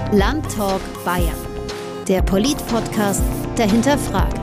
Landtalk Bayern, der Polit-Podcast, der hinterfragt.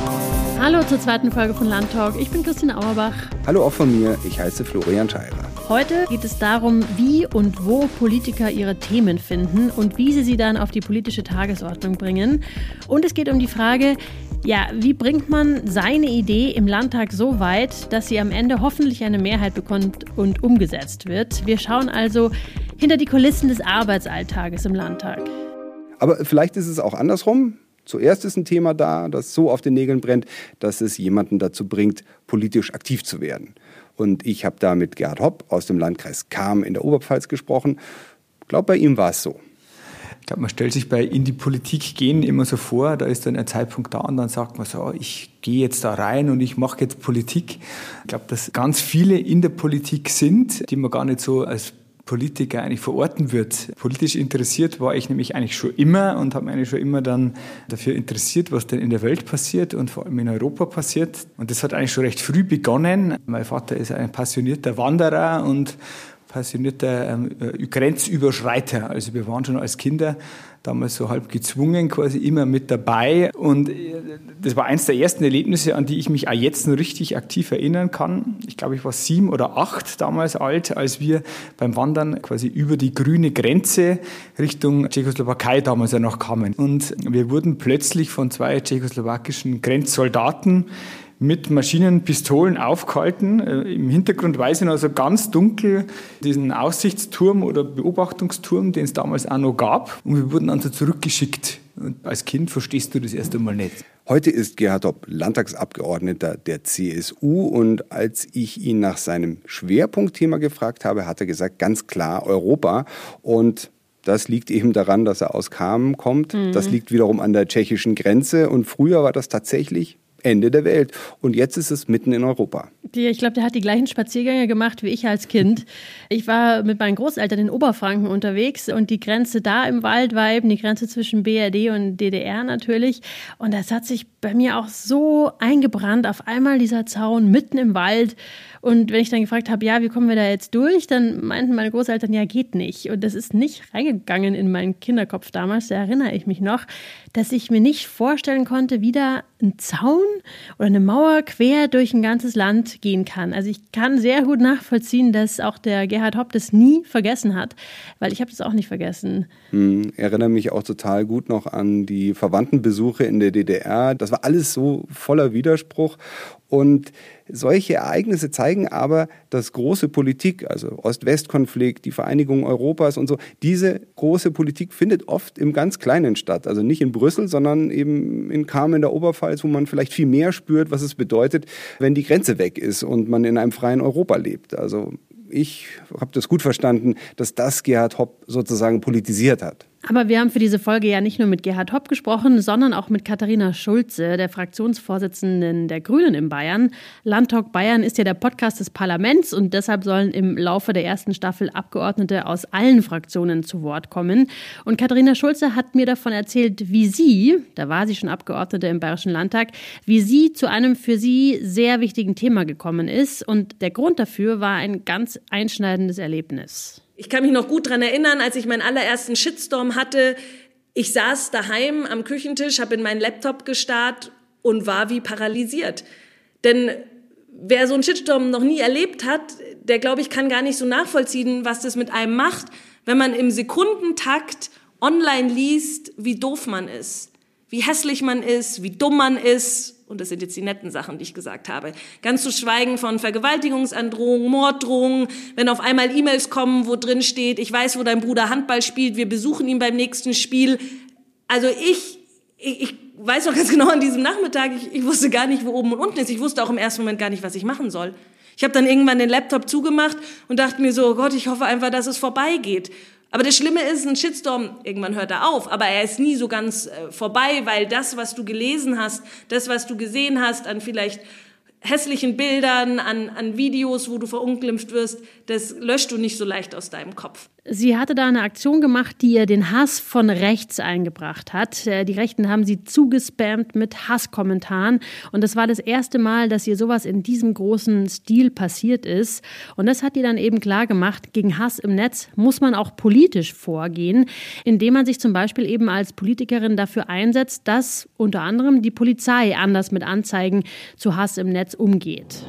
Hallo zur zweiten Folge von Landtalk. Ich bin Christine Auerbach. Hallo auch von mir, ich heiße Florian Scheirer. Heute geht es darum, wie und wo Politiker ihre Themen finden und wie sie dann auf die politische Tagesordnung bringen. Und es geht um die Frage, wie bringt man seine Idee im Landtag so weit, dass sie am Ende hoffentlich eine Mehrheit bekommt und umgesetzt wird. Wir schauen also hinter die Kulissen des Arbeitsalltages im Landtag. Aber vielleicht ist es auch andersrum. Zuerst ist ein Thema da, das so auf den Nägeln brennt, dass es jemanden dazu bringt, politisch aktiv zu werden. Und ich habe da mit Gerhard Hopp aus dem Landkreis Cham in der Oberpfalz gesprochen. Ich glaube, bei ihm war es so. Ich glaube, man stellt sich bei in die Politik gehen immer so vor, da ist dann ein Zeitpunkt da und dann sagt man so, ich gehe jetzt da rein und ich mache jetzt Politik. Ich glaube, dass ganz viele in der Politik sind, die man gar nicht so als Politiker eigentlich verorten wird. Politisch interessiert war ich nämlich eigentlich schon immer und habe mich eigentlich schon immer dann dafür interessiert, was denn in der Welt passiert und vor allem in Europa passiert. Und das hat eigentlich schon recht früh begonnen. Mein Vater ist ein passionierter Wanderer und passionierter Grenzüberschreiter. Also wir waren schon als Kinder damals so halb gezwungen, quasi immer mit dabei. Und das war eines der ersten Erlebnisse, an die ich mich auch jetzt noch richtig aktiv erinnern kann. Ich glaube, ich war 7 oder 8 damals alt, als wir beim Wandern quasi über die grüne Grenze Richtung Tschechoslowakei damals ja noch kamen. Und wir wurden plötzlich von 2 tschechoslowakischen Grenzsoldaten mit Maschinenpistolen aufgehalten. Im Hintergrund weiß ich noch so ganz dunkel diesen Aussichtsturm oder Beobachtungsturm, den es damals auch noch gab. Und wir wurden dann so zurückgeschickt. Und als Kind verstehst du das erst einmal nicht. Heute ist Gerhard Hopp Landtagsabgeordneter der CSU. Und als ich ihn nach seinem Schwerpunktthema gefragt habe, hat er gesagt, ganz klar Europa. Und das liegt eben daran, dass er aus Cham kommt. Das liegt wiederum an der tschechischen Grenze. Und früher war das tatsächlich Ende der Welt. Und jetzt ist es mitten in Europa. Ich glaube, der hat die gleichen Spaziergänge gemacht wie ich als Kind. Ich war mit meinen Großeltern in Oberfranken unterwegs und die Grenze da im Wald war eben die Grenze zwischen BRD und DDR natürlich. Und das hat sich bei mir auch so eingebrannt. Auf einmal dieser Zaun mitten im Wald. Und wenn ich dann gefragt habe, wie kommen wir da jetzt durch, dann meinten meine Großeltern, geht nicht. Und das ist nicht reingegangen in meinen Kinderkopf damals, da erinnere ich mich noch, dass ich mir nicht vorstellen konnte, wie da ein Zaun oder eine Mauer quer durch ein ganzes Land gehen kann. Also ich kann sehr gut nachvollziehen, dass auch der Gerhard Hopp das nie vergessen hat, weil ich habe das auch nicht vergessen. Ich erinnere mich auch total gut noch an die Verwandtenbesuche in der DDR. Das war alles so voller Widerspruch. Und solche Ereignisse zeigen aber, dass große Politik, also Ost-West-Konflikt, die Vereinigung Europas und so, diese große Politik findet oft im ganz Kleinen statt. Also nicht in Brüssel, sondern eben in Cham in der Oberpfalz, wo man vielleicht viel mehr spürt, was es bedeutet, wenn die Grenze weg ist und man in einem freien Europa lebt. Also ich habe das gut verstanden, dass das Gerhard Hopp sozusagen politisiert hat. Aber wir haben für diese Folge ja nicht nur mit Gerhard Hopp gesprochen, sondern auch mit Katharina Schulze, der Fraktionsvorsitzenden der Grünen in Bayern. Landtalk Bayern ist ja der Podcast des Parlaments und deshalb sollen im Laufe der ersten Staffel Abgeordnete aus allen Fraktionen zu Wort kommen. Und Katharina Schulze hat mir davon erzählt, wie sie, da war sie schon Abgeordnete im Bayerischen Landtag, wie sie zu einem für sie sehr wichtigen Thema gekommen ist. Und der Grund dafür war ein ganz einschneidendes Erlebnis. Ich kann mich noch gut daran erinnern, als ich meinen allerersten Shitstorm hatte. Ich saß daheim am Küchentisch, habe in meinen Laptop gestarrt und war wie paralysiert. Denn wer so einen Shitstorm noch nie erlebt hat, der, glaube ich, kann gar nicht so nachvollziehen, was das mit einem macht, wenn man im Sekundentakt online liest, wie doof man ist, wie hässlich man ist, wie dumm man ist. Und das sind jetzt die netten Sachen, die ich gesagt habe. Ganz zu schweigen von Vergewaltigungsandrohungen, Morddrohungen, wenn auf einmal E-Mails kommen, wo drin steht, ich weiß, wo dein Bruder Handball spielt, wir besuchen ihn beim nächsten Spiel. Also ich weiß noch ganz genau an diesem Nachmittag, ich wusste gar nicht, wo oben und unten ist. Ich wusste auch im ersten Moment gar nicht, was ich machen soll. Ich habe dann irgendwann den Laptop zugemacht und dachte mir so, oh Gott, ich hoffe einfach, dass es vorbeigeht. Aber das Schlimme ist, ein Shitstorm, irgendwann hört er auf, aber er ist nie so ganz vorbei, weil das, was du gelesen hast, das, was du gesehen hast an vielleicht hässlichen Bildern, an Videos, wo du verunglimpft wirst, das löscht du nicht so leicht aus deinem Kopf. Sie hatte da eine Aktion gemacht, die ihr den Hass von rechts eingebracht hat. Die Rechten haben sie zugespammt mit Hasskommentaren. Und das war das erste Mal, dass ihr sowas in diesem großen Stil passiert ist. Und das hat ihr dann eben klar gemacht, gegen Hass im Netz muss man auch politisch vorgehen, indem man sich zum Beispiel eben als Politikerin dafür einsetzt, dass unter anderem die Polizei anders mit Anzeigen zu Hass im Netz umgeht.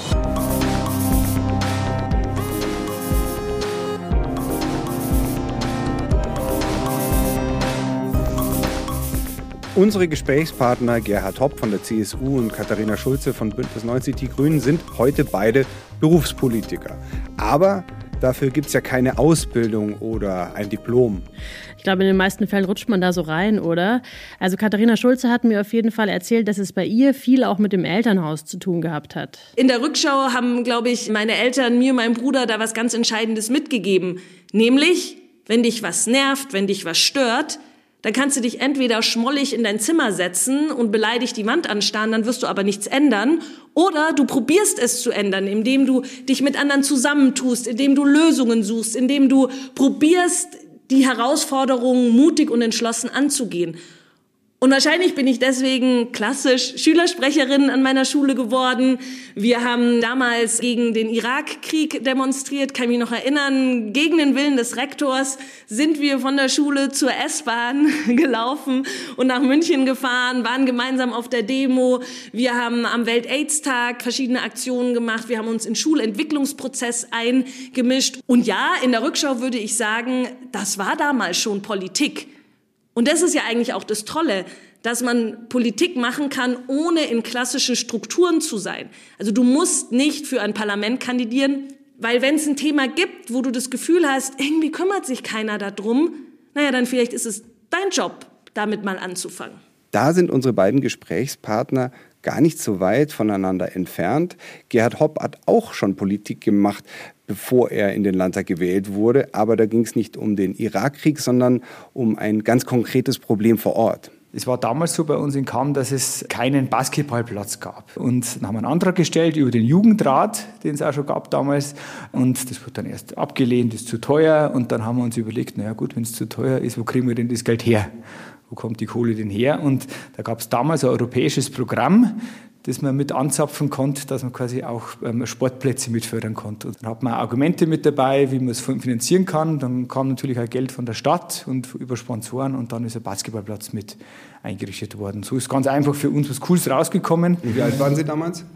Unsere Gesprächspartner Gerhard Hopp von der CSU und Katharina Schulze von Bündnis 90 Die Grünen sind heute beide Berufspolitiker. Aber dafür gibt es ja keine Ausbildung oder ein Diplom. Ich glaube, in den meisten Fällen rutscht man da so rein, oder? Also Katharina Schulze hat mir auf jeden Fall erzählt, dass es bei ihr viel auch mit dem Elternhaus zu tun gehabt hat. In der Rückschau haben, glaube ich, meine Eltern mir und meinem Bruder da was ganz Entscheidendes mitgegeben. Nämlich, wenn dich was nervt, wenn dich was stört, dann kannst du dich entweder schmollig in dein Zimmer setzen und beleidigt die Wand anstarren, dann wirst du aber nichts ändern. Oder du probierst es zu ändern, indem du dich mit anderen zusammentust, indem du Lösungen suchst, indem du probierst, die Herausforderungen mutig und entschlossen anzugehen. Und wahrscheinlich bin ich deswegen klassisch Schülersprecherin an meiner Schule geworden. Wir haben damals gegen den Irakkrieg demonstriert, kann mich noch erinnern. Gegen den Willen des Rektors sind wir von der Schule zur S-Bahn gelaufen und nach München gefahren, waren gemeinsam auf der Demo. Wir haben am Welt-AIDS-Tag verschiedene Aktionen gemacht. Wir haben uns in Schulentwicklungsprozess eingemischt. Und ja, in der Rückschau würde ich sagen, das war damals schon Politik. Und das ist ja eigentlich auch das Tolle, dass man Politik machen kann, ohne in klassischen Strukturen zu sein. Also du musst nicht für ein Parlament kandidieren, weil wenn es ein Thema gibt, wo du das Gefühl hast, irgendwie kümmert sich keiner darum, naja, dann vielleicht ist es dein Job, damit mal anzufangen. Da sind unsere beiden Gesprächspartner gar nicht so weit voneinander entfernt. Gerhard Hopp hat auch schon Politik gemacht, bevor er in den Landtag gewählt wurde. Aber da ging es nicht um den Irakkrieg, sondern um ein ganz konkretes Problem vor Ort. Es war damals so bei uns in Cham, dass es keinen Basketballplatz gab. Und dann haben wir einen Antrag gestellt über den Jugendrat, den es auch schon gab damals. Und das wurde dann erst abgelehnt, ist zu teuer. Und dann haben wir uns überlegt, naja gut, wenn es zu teuer ist, wo kriegen wir denn das Geld her? Wo kommt die Kohle denn her? Und da gab es damals ein europäisches Programm, das man mit anzapfen konnte, dass man quasi auch Sportplätze mitfördern konnte. Und dann hat man Argumente mit dabei, wie man es finanzieren kann. Dann kam natürlich auch Geld von der Stadt und über Sponsoren und dann ist ein Basketballplatz mit eingerichtet worden. So ist ganz einfach für uns was Cooles rausgekommen. Wie alt waren Sie damals?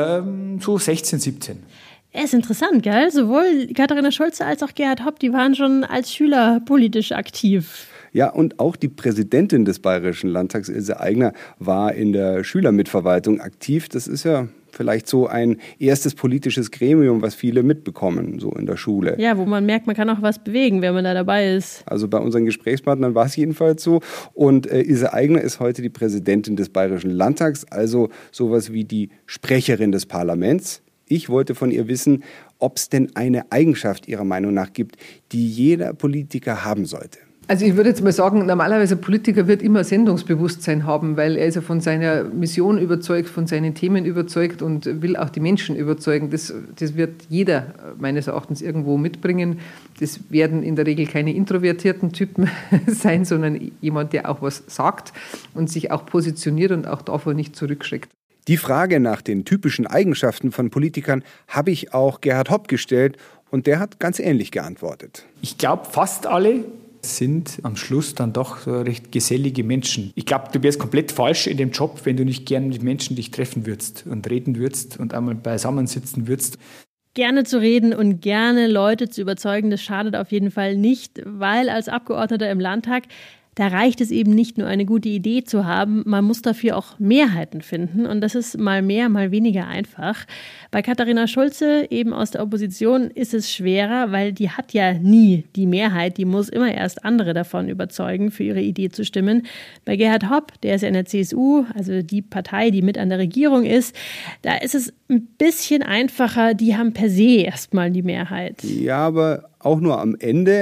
So 16, 17. Ist interessant, gell? Sowohl Katharina Schulze als auch Gerhard Hopp, die waren schon als Schüler politisch aktiv. Ja, und auch die Präsidentin des Bayerischen Landtags, Ilse Aigner, war in der Schülermitverwaltung aktiv. Das ist ja vielleicht so ein erstes politisches Gremium, was viele mitbekommen, so in der Schule. Ja, wo man merkt, man kann auch was bewegen, wenn man da dabei ist. Also bei unseren Gesprächspartnern war es jedenfalls so. Und Ilse Aigner ist heute die Präsidentin des Bayerischen Landtags, also sowas wie die Sprecherin des Parlaments. Ich wollte von ihr wissen, ob es denn eine Eigenschaft ihrer Meinung nach gibt, die jeder Politiker haben sollte. Also ich würde jetzt mal sagen, normalerweise ein Politiker wird immer Sendungsbewusstsein haben, weil er ist ja von seiner Mission überzeugt, von seinen Themen überzeugt und will auch die Menschen überzeugen. Das wird jeder meines Erachtens irgendwo mitbringen. Das werden in der Regel keine introvertierten Typen sein, sondern jemand, der auch was sagt und sich auch positioniert und auch davor nicht zurückschreckt. Die Frage nach den typischen Eigenschaften von Politikern habe ich auch Gerhard Hopp gestellt und der hat ganz ähnlich geantwortet. Ich glaube, fast alle sind am Schluss dann doch so recht gesellige Menschen. Ich glaube, du wärst komplett falsch in dem Job, wenn du nicht gerne mit Menschen dich treffen würdest und reden würdest und einmal beisammen sitzen würdest. Gerne zu reden und gerne Leute zu überzeugen, das schadet auf jeden Fall nicht, weil als Abgeordneter im Landtag, da reicht es eben nicht nur eine gute Idee zu haben, man muss dafür auch Mehrheiten finden und das ist mal mehr, mal weniger einfach. Bei Katharina Schulze, eben aus der Opposition, ist es schwerer, weil die hat ja nie die Mehrheit, die muss immer erst andere davon überzeugen, für ihre Idee zu stimmen. Bei Gerhard Hopp, der ist ja in der CSU, also die Partei, die mit an der Regierung ist, da ist es ein bisschen einfacher, die haben per se erstmal die Mehrheit. Ja, aber auch nur am Ende.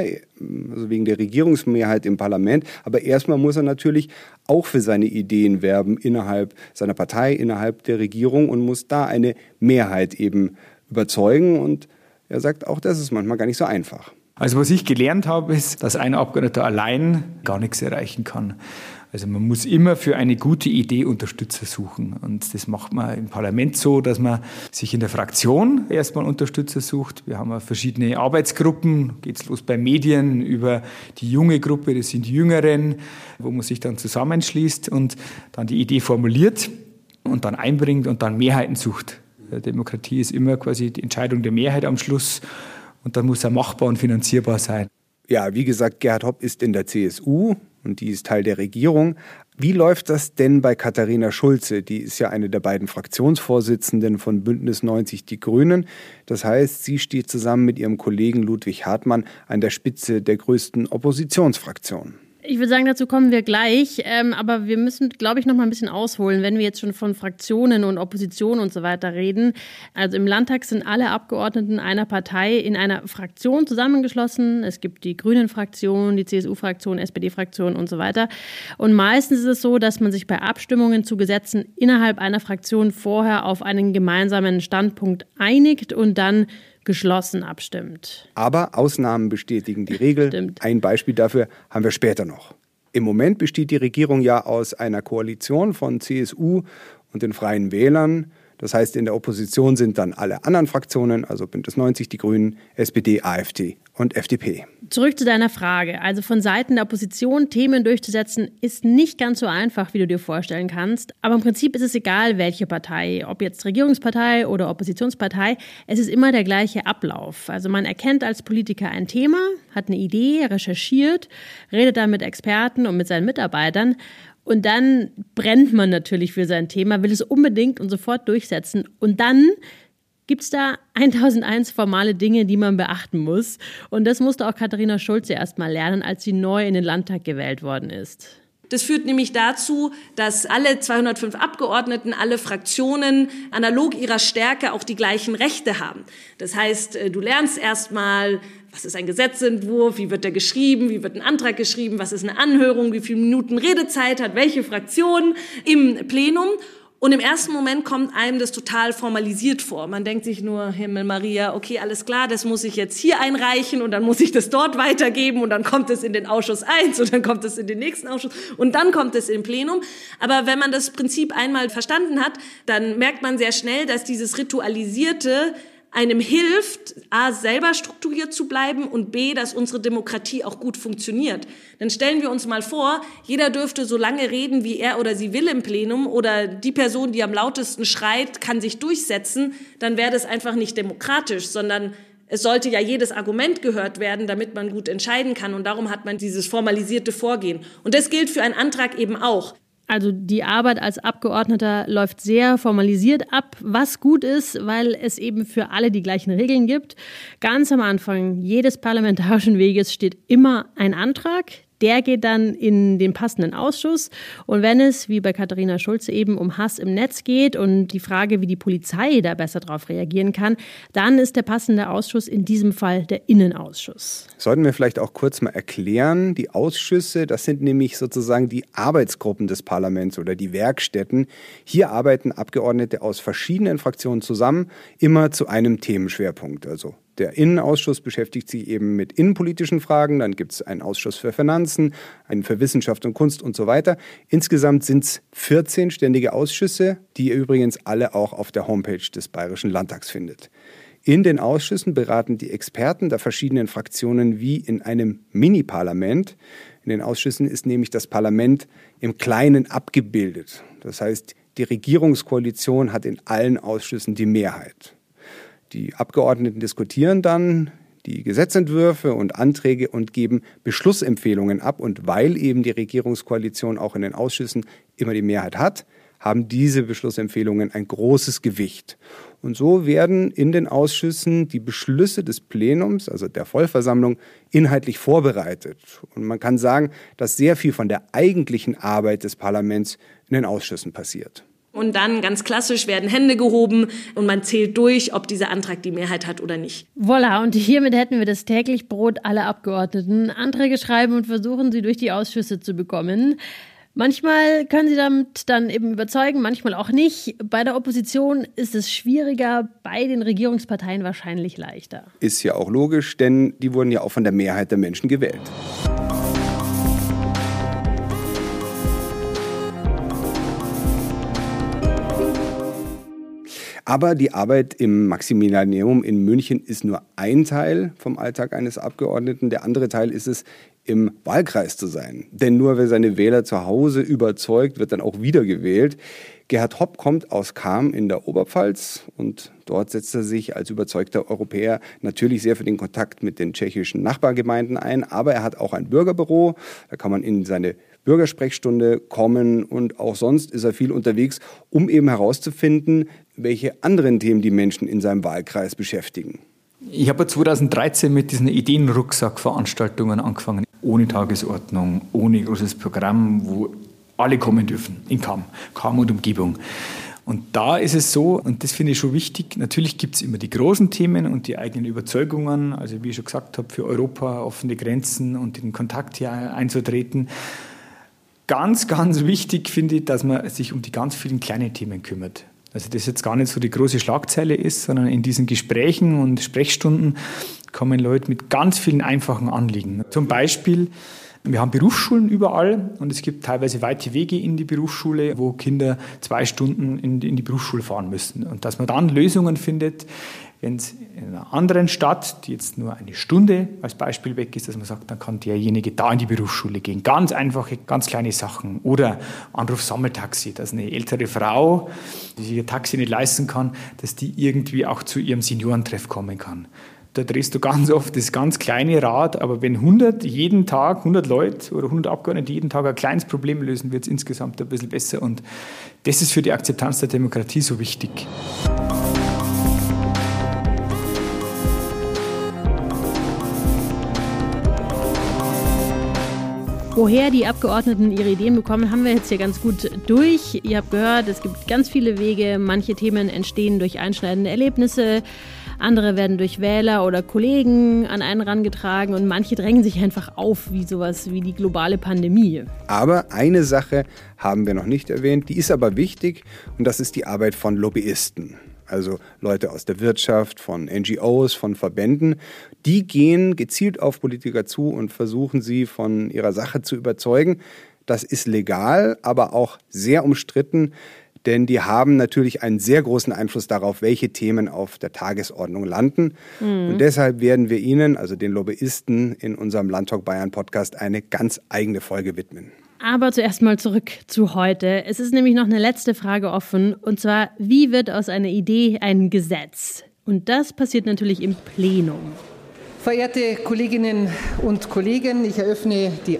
also wegen der Regierungsmehrheit im Parlament. Aber erstmal muss er natürlich auch für seine Ideen werben innerhalb seiner Partei, innerhalb der Regierung und muss da eine Mehrheit eben überzeugen. Und er sagt, auch das ist manchmal gar nicht so einfach. Also was ich gelernt habe, ist, dass ein Abgeordneter allein gar nichts erreichen kann. Also man muss immer für eine gute Idee Unterstützer suchen. Und das macht man im Parlament so, dass man sich in der Fraktion erstmal Unterstützer sucht. Wir haben verschiedene Arbeitsgruppen, geht's los bei Medien, über die junge Gruppe, das sind die Jüngeren, wo man sich dann zusammenschließt und dann die Idee formuliert und dann einbringt und dann Mehrheiten sucht. Demokratie ist immer quasi die Entscheidung der Mehrheit am Schluss und dann muss er machbar und finanzierbar sein. Ja, wie gesagt, Gerhard Hopp ist in der CSU und die ist Teil der Regierung. Wie läuft das denn bei Katharina Schulze? Die ist ja eine der beiden Fraktionsvorsitzenden von Bündnis 90 Die Grünen. Das heißt, sie steht zusammen mit ihrem Kollegen Ludwig Hartmann an der Spitze der größten Oppositionsfraktion. Ich würde sagen, dazu kommen wir gleich, aber wir müssen, glaube ich, noch mal ein bisschen ausholen, wenn wir jetzt schon von Fraktionen und Opposition und so weiter reden. Also im Landtag sind alle Abgeordneten einer Partei in einer Fraktion zusammengeschlossen. Es gibt die Grünen-Fraktion, die CSU-Fraktion, SPD-Fraktion und so weiter. Und meistens ist es so, dass man sich bei Abstimmungen zu Gesetzen innerhalb einer Fraktion vorher auf einen gemeinsamen Standpunkt einigt und dann geschlossen abstimmt. Aber Ausnahmen bestätigen die Regel. Stimmt. Ein Beispiel dafür haben wir später noch. Im Moment besteht die Regierung ja aus einer Koalition von CSU und den Freien Wählern. Das heißt, in der Opposition sind dann alle anderen Fraktionen, also Bündnis 90, die Grünen, SPD, AfD und FDP. Zurück zu deiner Frage. Also von Seiten der Opposition Themen durchzusetzen, ist nicht ganz so einfach, wie du dir vorstellen kannst. Aber im Prinzip ist es egal, welche Partei, ob jetzt Regierungspartei oder Oppositionspartei, es ist immer der gleiche Ablauf. Also man erkennt als Politiker ein Thema, hat eine Idee, recherchiert, redet dann mit Experten und mit seinen Mitarbeitern. Und dann brennt man natürlich für sein Thema, will es unbedingt und sofort durchsetzen. Und dann gibt es da 1001 formale Dinge, die man beachten muss. Und das musste auch Katharina Schulze erst mal lernen, als sie neu in den Landtag gewählt worden ist. Das führt nämlich dazu, dass alle 205 Abgeordneten, alle Fraktionen analog ihrer Stärke auch die gleichen Rechte haben. Das heißt, du lernst erstmal, was ist ein Gesetzentwurf, wie wird der geschrieben, wie wird ein Antrag geschrieben, was ist eine Anhörung, wie viele Minuten Redezeit hat welche Fraktion im Plenum. Und im ersten Moment kommt einem das total formalisiert vor. Man denkt sich nur, Himmel Maria, okay, alles klar, das muss ich jetzt hier einreichen und dann muss ich das dort weitergeben und dann kommt es in den Ausschuss 1 und dann kommt es in den nächsten Ausschuss und dann kommt es im Plenum. Aber wenn man das Prinzip einmal verstanden hat, dann merkt man sehr schnell, dass dieses Ritualisierte einem hilft, A, selber strukturiert zu bleiben und B, dass unsere Demokratie auch gut funktioniert. Dann stellen wir uns mal vor, jeder dürfte so lange reden, wie er oder sie will im Plenum oder die Person, die am lautesten schreit, kann sich durchsetzen, dann wäre das einfach nicht demokratisch, sondern es sollte ja jedes Argument gehört werden, damit man gut entscheiden kann und darum hat man dieses formalisierte Vorgehen. Und das gilt für einen Antrag eben auch. Also die Arbeit als Abgeordneter läuft sehr formalisiert ab, was gut ist, weil es eben für alle die gleichen Regeln gibt. Ganz am Anfang jedes parlamentarischen Weges steht immer ein Antrag. Der geht dann in den passenden Ausschuss. Und wenn es, wie bei Katharina Schulze eben, um Hass im Netz geht und die Frage, wie die Polizei da besser darauf reagieren kann, dann ist der passende Ausschuss in diesem Fall der Innenausschuss. Sollten wir vielleicht auch kurz mal erklären, die Ausschüsse, das sind nämlich sozusagen die Arbeitsgruppen des Parlaments oder die Werkstätten. Hier arbeiten Abgeordnete aus verschiedenen Fraktionen zusammen, immer zu einem Themenschwerpunkt, also der Innenausschuss beschäftigt sich eben mit innenpolitischen Fragen, dann gibt es einen Ausschuss für Finanzen, einen für Wissenschaft und Kunst und so weiter. Insgesamt sind es 14 ständige Ausschüsse, die ihr übrigens alle auch auf der Homepage des Bayerischen Landtags findet. In den Ausschüssen beraten die Experten der verschiedenen Fraktionen wie in einem Mini-Parlament. In den Ausschüssen ist nämlich das Parlament im Kleinen abgebildet. Das heißt, die Regierungskoalition hat in allen Ausschüssen die Mehrheit. Die Abgeordneten diskutieren dann die Gesetzentwürfe und Anträge und geben Beschlussempfehlungen ab. Und weil eben die Regierungskoalition auch in den Ausschüssen immer die Mehrheit hat, haben diese Beschlussempfehlungen ein großes Gewicht. Und so werden in den Ausschüssen die Beschlüsse des Plenums, also der Vollversammlung, inhaltlich vorbereitet. Und man kann sagen, dass sehr viel von der eigentlichen Arbeit des Parlaments in den Ausschüssen passiert. Und dann ganz klassisch werden Hände gehoben und man zählt durch, ob dieser Antrag die Mehrheit hat oder nicht. Voilà, und hiermit hätten wir das täglich Brot aller Abgeordneten. Anträge schreiben und versuchen, sie durch die Ausschüsse zu bekommen. Manchmal können sie damit dann eben überzeugen, manchmal auch nicht. Bei der Opposition ist es schwieriger, bei den Regierungsparteien wahrscheinlich leichter. Ist ja auch logisch, denn die wurden ja auch von der Mehrheit der Menschen gewählt. Aber die Arbeit im Maximilianeum in München ist nur ein Teil vom Alltag eines Abgeordneten. Der andere Teil ist es, im Wahlkreis zu sein. Denn nur wer seine Wähler zu Hause überzeugt, wird dann auch wiedergewählt. Gerhard Hopp kommt aus Cham in der Oberpfalz und dort setzt er sich als überzeugter Europäer natürlich sehr für den Kontakt mit den tschechischen Nachbargemeinden ein. Aber er hat auch ein Bürgerbüro, da kann man in seine Bürgersprechstunde kommen und auch sonst ist er viel unterwegs, um eben herauszufinden, welche anderen Themen die Menschen in seinem Wahlkreis beschäftigen. Ich habe 2013 mit diesen Ideenrucksack-Veranstaltungen angefangen. Ohne Tagesordnung, ohne großes Programm, wo alle kommen dürfen in Cham und Umgebung. Und da ist es so, und das finde ich schon wichtig, natürlich gibt es immer die großen Themen und die eigenen Überzeugungen, also wie ich schon gesagt habe, für Europa offene Grenzen und den Kontakt hier einzutreten. Ganz, ganz wichtig finde ich, dass man sich um die ganz vielen kleinen Themen kümmert. Also das jetzt gar nicht so die große Schlagzeile ist, sondern in diesen Gesprächen und Sprechstunden kommen Leute mit ganz vielen einfachen Anliegen. Zum Beispiel, wir haben Berufsschulen überall und es gibt teilweise weite Wege in die Berufsschule, wo Kinder 2 Stunden in die Berufsschule fahren müssen. Und dass man dann Lösungen findet, wenn es in einer anderen Stadt, die jetzt nur eine Stunde als Beispiel weg ist, dass man sagt, dann kann derjenige da in die Berufsschule gehen. Ganz einfache, ganz kleine Sachen. Oder Anruf-Sammeltaxi, dass eine ältere Frau, die sich ihr Taxi nicht leisten kann, dass die irgendwie auch zu ihrem Seniorentreff kommen kann. Da drehst du ganz oft das ganz kleine Rad, aber wenn 100 Leute oder 100 Abgeordnete jeden Tag ein kleines Problem lösen, wird es insgesamt ein bisschen besser. Und das ist für die Akzeptanz der Demokratie so wichtig. Woher die Abgeordneten ihre Ideen bekommen, haben wir jetzt hier ganz gut durch. Ihr habt gehört, es gibt ganz viele Wege. Manche Themen entstehen durch einschneidende Erlebnisse, andere werden durch Wähler oder Kollegen an einen herangetragen und manche drängen sich einfach auf, wie sowas wie die globale Pandemie. Aber eine Sache haben wir noch nicht erwähnt, die ist aber wichtig und das ist die Arbeit von Lobbyisten. Also Leute aus der Wirtschaft, von NGOs, von Verbänden, die gehen gezielt auf Politiker zu und versuchen sie von ihrer Sache zu überzeugen. Das ist legal, aber auch sehr umstritten, denn die haben natürlich einen sehr großen Einfluss darauf, welche Themen auf der Tagesordnung landen. Und deshalb werden wir Ihnen, also den Lobbyisten, in unserem Landtalk Bayern Podcast eine ganz eigene Folge widmen. Aber zuerst mal zurück zu heute. Es ist nämlich noch eine letzte Frage offen, und zwar, wie wird aus einer Idee ein Gesetz? Und das passiert natürlich im Plenum. Verehrte Kolleginnen und Kollegen, ich eröffne die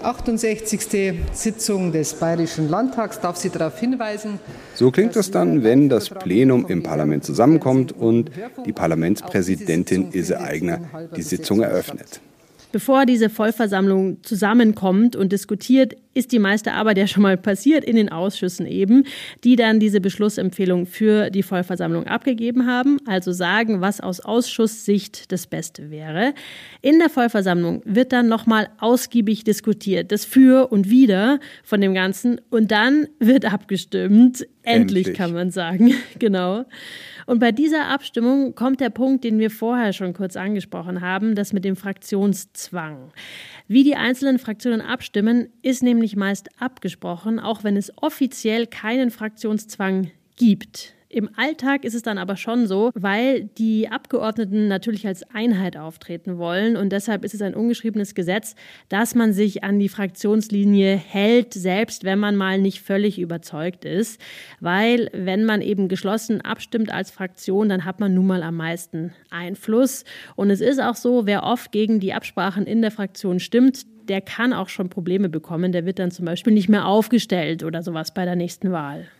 68. Sitzung des Bayerischen Landtags. Darf Sie darauf hinweisen? So klingt es dann, wenn das Plenum im Parlament zusammenkommt und die Parlamentspräsidentin Ilse Aigner die Sitzung eröffnet. Bevor diese Vollversammlung zusammenkommt und diskutiert, ist die meiste Arbeit ja schon mal passiert in den Ausschüssen eben, die dann diese Beschlussempfehlung für die Vollversammlung abgegeben haben, also sagen, was aus Ausschusssicht das Beste wäre. In der Vollversammlung wird dann nochmal ausgiebig diskutiert, das Für und Wider von dem Ganzen, und dann wird abgestimmt. Endlich kann man sagen, genau. Und bei dieser Abstimmung kommt der Punkt, den wir vorher schon kurz angesprochen haben, das mit dem Fraktionszwang. Wie die einzelnen Fraktionen abstimmen, ist nämlich meist abgesprochen, auch wenn es offiziell keinen Fraktionszwang gibt. Im Alltag ist es dann aber schon so, weil die Abgeordneten natürlich als Einheit auftreten wollen und deshalb ist es ein ungeschriebenes Gesetz, dass man sich an die Fraktionslinie hält, selbst wenn man mal nicht völlig überzeugt ist, weil wenn man eben geschlossen abstimmt als Fraktion, dann hat man nun mal am meisten Einfluss und es ist auch so, wer oft gegen die Absprachen in der Fraktion stimmt, der kann auch schon Probleme bekommen, der wird dann zum Beispiel nicht mehr aufgestellt oder sowas bei der nächsten Wahl.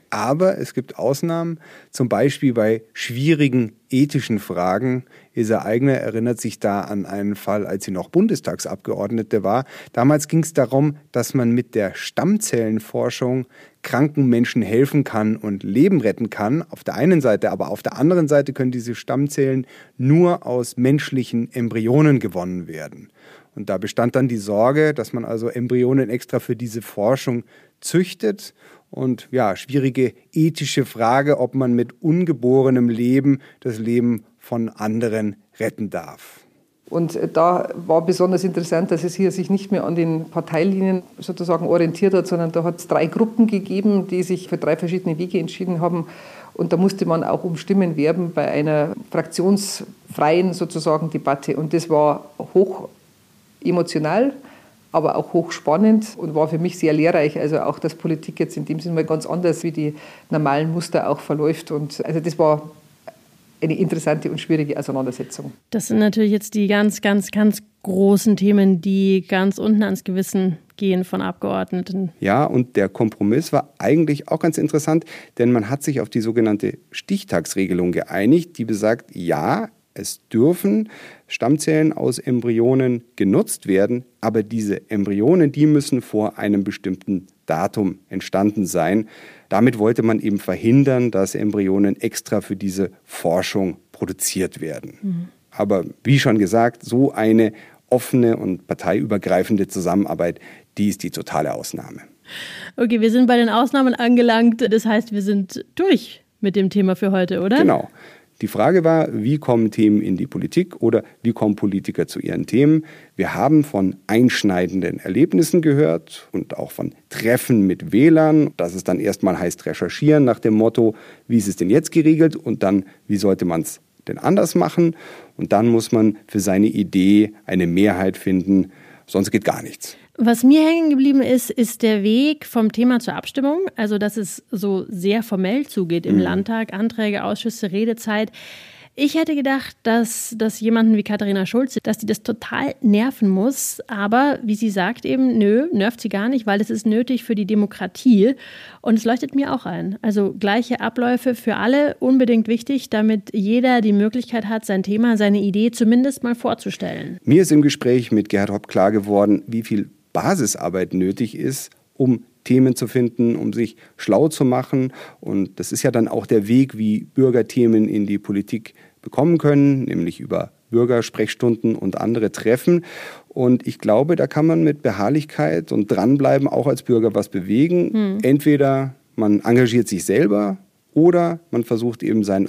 Aber es gibt Ausnahmen, zum Beispiel bei schwierigen ethischen Fragen. Ilse Aigner erinnert sich da an einen Fall, als sie noch Bundestagsabgeordnete war. Damals ging es darum, dass man mit der Stammzellenforschung kranken Menschen helfen kann und Leben retten kann. Auf der einen Seite, aber auf der anderen Seite können diese Stammzellen nur aus menschlichen Embryonen gewonnen werden. Und da bestand dann die Sorge, dass man also Embryonen extra für diese Forschung züchtet. Und ja, schwierige ethische Frage, ob man mit ungeborenem Leben das Leben von anderen retten darf. Und da war besonders interessant, dass es hier sich nicht mehr an den Parteilinien sozusagen orientiert hat, sondern da hat es 3 Gruppen gegeben, die sich für 3 verschiedene Wege entschieden haben. Und da musste man auch um Stimmen werben bei einer fraktionsfreien sozusagen Debatte. Und das war hoch emotional, aber auch hochspannend und war für mich sehr lehrreich. Also auch, dass Politik jetzt in dem Sinne mal ganz anders wie die normalen Muster auch verläuft. Und also das war eine interessante und schwierige Auseinandersetzung. Das sind natürlich jetzt die ganz, ganz, ganz großen Themen, die ganz unten ans Gewissen gehen von Abgeordneten. Ja, und der Kompromiss war eigentlich auch ganz interessant, denn man hat sich auf die sogenannte Stichtagsregelung geeinigt, die besagt, ja, es dürfen Stammzellen aus Embryonen genutzt werden, aber diese Embryonen, die müssen vor einem bestimmten Datum entstanden sein. Damit wollte man eben verhindern, dass Embryonen extra für diese Forschung produziert werden. Aber wie schon gesagt, so eine offene und parteiübergreifende Zusammenarbeit, die ist die totale Ausnahme. Okay, wir sind bei den Ausnahmen angelangt. Das heißt, wir sind durch mit dem Thema für heute, oder? Genau. Die Frage war, wie kommen Themen in die Politik oder wie kommen Politiker zu ihren Themen? Wir haben von einschneidenden Erlebnissen gehört und auch von Treffen mit Wählern, dass es dann erstmal heißt recherchieren nach dem Motto, wie ist es denn jetzt geregelt und dann, wie sollte man es denn anders machen? Und dann muss man für seine Idee eine Mehrheit finden, sonst geht gar nichts. Was mir hängen geblieben ist, ist der Weg vom Thema zur Abstimmung. Also, dass es so sehr formell zugeht im Landtag, Anträge, Ausschüsse, Redezeit. Ich hätte gedacht, dass jemanden wie Katharina Schulze, dass die das total nerven muss. Aber wie sie sagt eben, nö, nervt sie gar nicht, weil es ist nötig für die Demokratie. Und es leuchtet mir auch ein. Also gleiche Abläufe für alle, unbedingt wichtig, damit jeder die Möglichkeit hat, sein Thema, seine Idee zumindest mal vorzustellen. Mir ist im Gespräch mit Gerhard Hopp klar geworden, wie viel Basisarbeit nötig ist, um Themen zu finden, um sich schlau zu machen. Und das ist ja dann auch der Weg, wie Bürger Themen in die Politik bekommen können, nämlich über Bürgersprechstunden und andere Treffen. Und ich glaube, da kann man mit Beharrlichkeit und Dranbleiben auch als Bürger was bewegen. Entweder man engagiert sich selber oder man versucht eben seine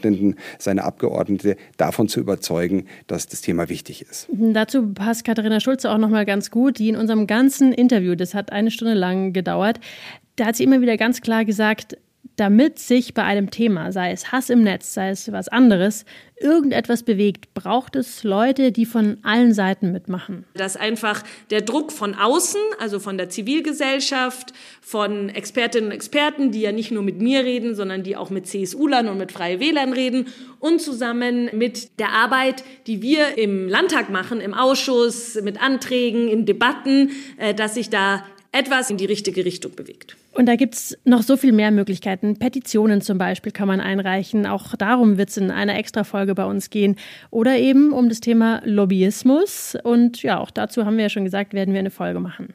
Abgeordnete davon zu überzeugen, dass das Thema wichtig ist. Dazu passt Katharina Schulze auch noch mal ganz gut, die in unserem ganzen Interview, das hat 1 Stunde lang gedauert, da hat sie immer wieder ganz klar gesagt, damit sich bei einem Thema, sei es Hass im Netz, sei es was anderes, irgendetwas bewegt, braucht es Leute, die von allen Seiten mitmachen. Dass einfach der Druck von außen, also von der Zivilgesellschaft, von Expertinnen und Experten, die ja nicht nur mit mir reden, sondern die auch mit CSU-Lern und mit Freie Wählern reden und zusammen mit der Arbeit, die wir im Landtag machen, im Ausschuss, mit Anträgen, in Debatten, dass sich da etwas in die richtige Richtung bewegt. Und da gibt es noch so viel mehr Möglichkeiten. Petitionen zum Beispiel kann man einreichen. Auch darum wird es in einer Extrafolge bei uns gehen. Oder eben um das Thema Lobbyismus. Und ja, auch dazu haben wir ja schon gesagt, werden wir eine Folge machen.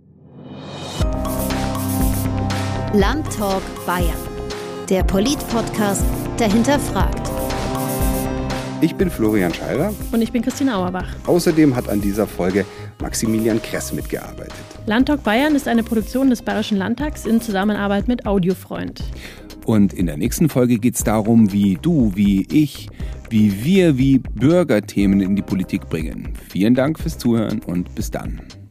Landtalk Bayern. Der Polit-Podcast, der hinterfragt. Ich bin Florian Scheirer. Und ich bin Christine Auerbach. Außerdem hat an dieser Folge Maximilian Kress mitgearbeitet. Landtalk Bayern ist eine Produktion des Bayerischen Landtags in Zusammenarbeit mit Audiofreund. Und in der nächsten Folge geht es darum, wie du, wie ich, wie wir, wie Bürger Themen in die Politik bringen. Vielen Dank fürs Zuhören und bis dann.